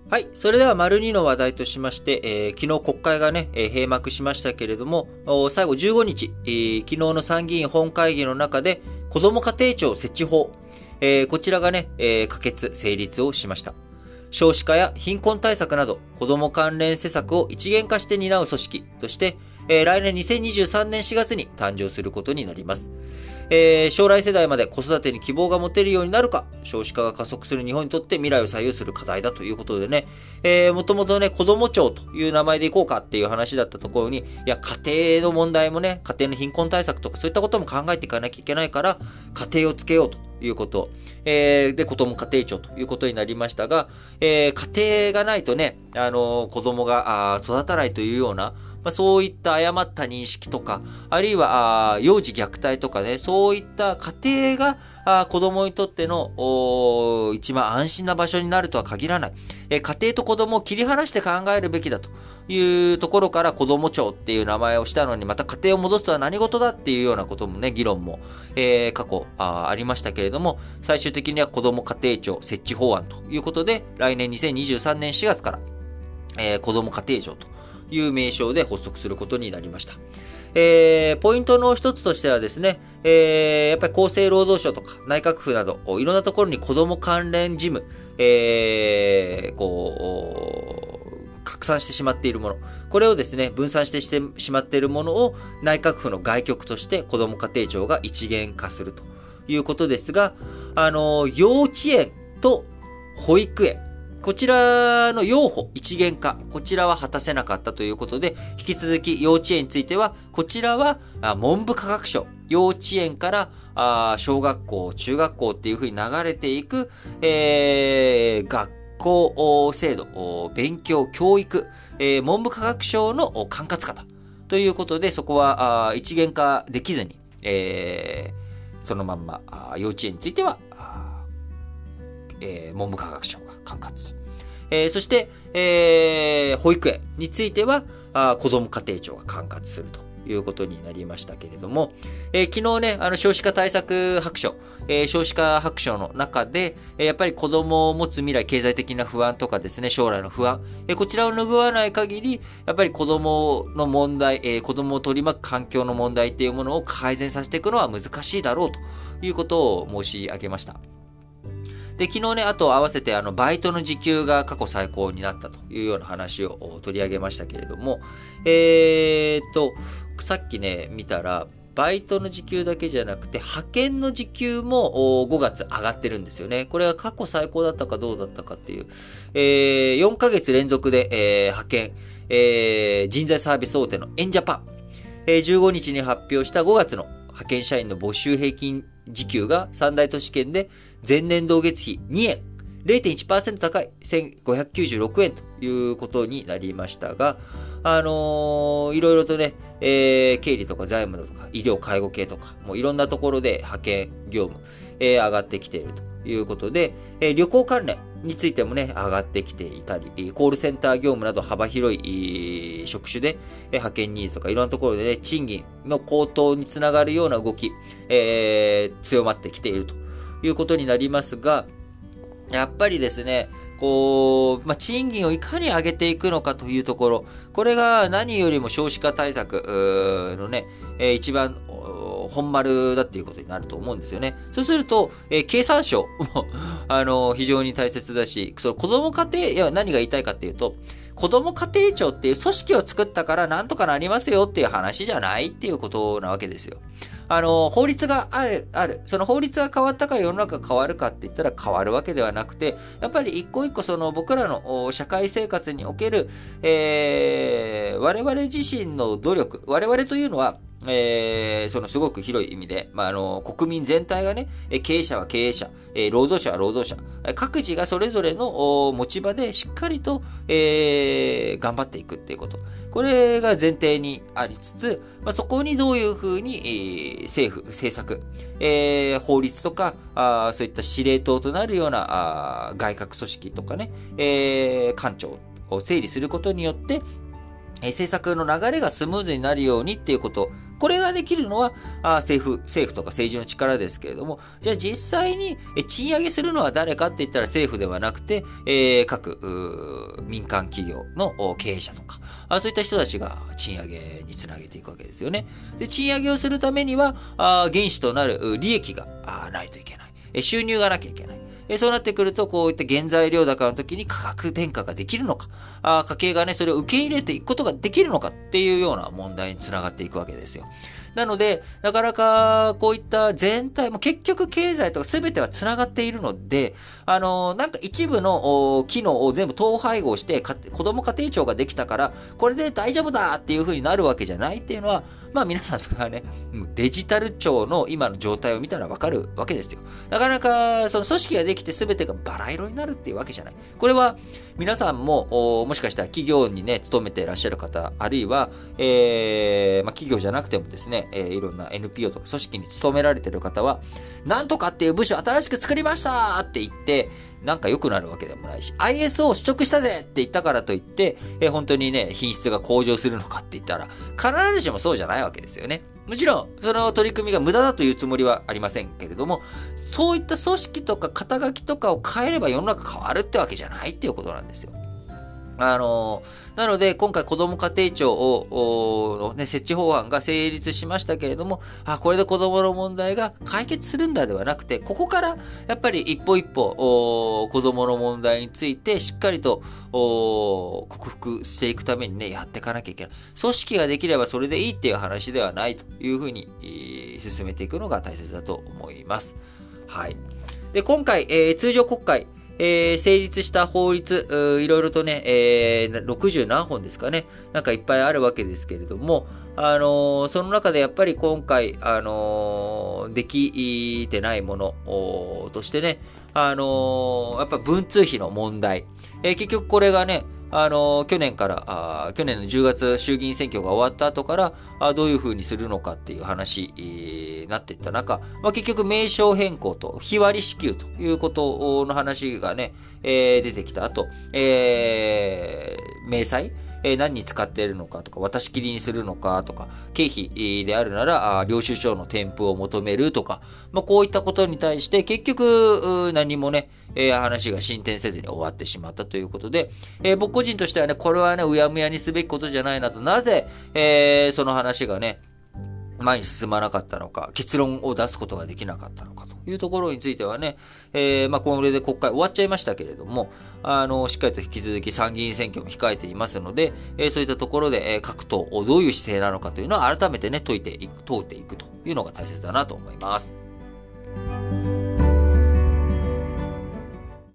はい。それでは、丸2の話題としまして、昨日国会がね、閉幕しましたけれども、最後15日、昨日の参議院本会議の中で、子ども家庭庁設置法、こちらがね、可決、成立をしました。少子化や貧困対策など、子ども関連施策を一元化して担う組織として、来年2023年4月に誕生することになります。将来世代まで子育てに希望が持てるようになるか、少子化が加速する日本にとって未来を左右する課題だということでね、もともとね、子ども庁という名前でいこうかっていう話だったところに、いや、家庭の問題もね、家庭の貧困対策とかそういったことも考えていかなきゃいけないから、家庭をつけようということ。で、子ども家庭庁ということになりましたが、家庭がないとね、子供が育たないというような、そういった誤った認識とか、あるいは幼児虐待とかね、そういった家庭が子供にとっての一番安心な場所になるとは限らない。家庭と子供を切り離して考えるべきだというところから子供庁っていう名前をしたのに、また家庭を戻すとは何事だっていうようなこともね、議論も、過去ありましたけれども、最終的には子供家庭庁設置法案ということで、来年2023年4月から、子供家庭庁という名称で発足することになりました。ポイントの一つとしてはですね、やっぱり厚生労働省とか内閣府など、いろんなところに子供関連事務、拡散してしまっているもの、これをですね、分散してしまっているものを内閣府の外局として子供家庭庁が一元化するということですが、幼稚園と保育園、こちらの幼保一元化、こちらは果たせなかったということで、引き続き幼稚園については、こちらは文部科学省、幼稚園から小学校、中学校っていう風に流れていく、学校制度、勉強、教育、文部科学省の管轄下ということで、そこは一元化できずに、そのまんま幼稚園については、文部科学省が管轄と。そして、保育園については、子ども家庭庁が管轄するということになりましたけれども、昨日ね、少子化対策白書、少子化白書の中で、やっぱり子供を持つ未来、経済的な不安とかですね、将来の不安、こちらを拭わない限り、やっぱり子供の問題、子供を取り巻く環境の問題っていうものを改善させていくのは難しいだろうということを申し上げました。で、昨日ね、あと合わせてバイトの時給が過去最高になったというような話を取り上げましたけれども、さっきね、見たら、バイトの時給だけじゃなくて、派遣の時給も5月上がってるんですよね。これは過去最高だったかどうだったかっていう。4ヶ月連続で、派遣、人材サービス大手のエンジャパン。15日に発表した5月の派遣社員の募集平均時給が三大都市圏で前年同月比2円、0.1% 高い1596円ということになりましたが、いろいろとね、経理とか財務だとか医療介護系とか、もういろんなところで派遣業務、上がってきているということで、旅行関連についてもね、上がってきていたり、コールセンター業務など幅広い職種で、派遣ニーズとかいろんなところでね、賃金の高騰につながるような動き、強まってきているということになりますが、やっぱりですね、賃金をいかに上げていくのかというところ、これが何よりも少子化対策のね、一番本丸だっていうことになると思うんですよね。そうすると、経産省も非常に大切だし、その子ども家庭、いや何が言いたいかっていうと、子ども家庭庁っていう組織を作ったからなんとかなりますよっていう話じゃないっていうことなわけですよ。法律がある。その法律が変わったから世の中が変わるかって言ったら変わるわけではなくて、やっぱり一個一個その僕らの社会生活における、我々自身の努力、我々というのは、そのすごく広い意味で、国民全体がね、経営者は経営者、労働者は労働者、各自がそれぞれの持ち場でしっかりと、頑張っていくっていうこと。これが前提にありつつ、そこにどういうふうに、政府、政策、法律とかそういった司令塔となるような外郭組織とかね、官庁を整理することによって、政策の流れがスムーズになるようにっていうことこれができるのは、政府とか政治の力ですけれども、じゃあ実際に賃上げするのは誰かって言ったら政府ではなくて、各民間企業の経営者とか、そういった人たちが賃上げにつなげていくわけですよね。で、賃上げをするためには、原資となる利益がないといけない。収入がなきゃいけない。そうなってくると、こういった原材料高の時に価格転嫁ができるのか、家計がね、それを受け入れていくことができるのかっていうような問題につながっていくわけですよ。なので、なかなかこういった全体も結局経済とか全ては繋がっているので、なんか一部の機能を全部統廃合して子供家庭庁ができたから、これで大丈夫だっていう風になるわけじゃないっていうのは、まあ皆さんそれはね、デジタル庁の今の状態を見たらわかるわけですよ。なかなかその組織ができて全てがバラ色になるっていうわけじゃない。これは皆さんももしかしたら企業にね、勤めていらっしゃる方、あるいは、企業じゃなくてもですね、いろんな NPO とか組織に勤められている方は、なんとかっていう部署新しく作りましたって言って、なんか良くなるわけでもないし、ISO を取得したぜって言ったからといって、本当にね、品質が向上するのかって言ったら、必ずしもそうじゃないわけですよね。もちろん、その取り組みが無駄だというつもりはありませんけれども、そういった組織とか肩書きとかを変えれば世の中変わるってわけじゃないっていうことなんですよ。なので、今回子ども家庭庁のね、設置法案が成立しましたけれども、これで子どもの問題が解決するんだではなくて、ここからやっぱり一歩一歩、子どもの問題についてしっかりと、克服していくためにね、やっていかなきゃいけない。組織ができればそれでいいっていう話ではないというふうに、進めていくのが大切だと思います。はい。で、今回、通常国会、成立した法律、いろいろとね、60何本ですかね、なんかいっぱいあるわけですけれども、その中でやっぱり今回、できてないものとしてね、やっぱ文通費の問題。結局これがね、去年の10月衆議院選挙が終わった後から、どういう風にするのかっていう話になっていった中、結局名称変更と日割り支給ということの話がね、出てきた後、明細何に使っているのかとか、渡し切りにするのかとか、経費であるなら、領収書の添付を求めるとか、こういったことに対して結局、何もね、話が進展せずに終わってしまったということで、僕個人としてはね、これはね、うやむやにすべきことじゃないなと、なぜ、その話がね、前に進まなかったのか、結論を出すことができなかったのかというところについてはね、これで国会終わっちゃいましたけれども、しっかりと引き続き参議院選挙も控えていますので、そういったところで、各党どういう姿勢なのかというのは改めてね、問うていくというのが大切だなと思います。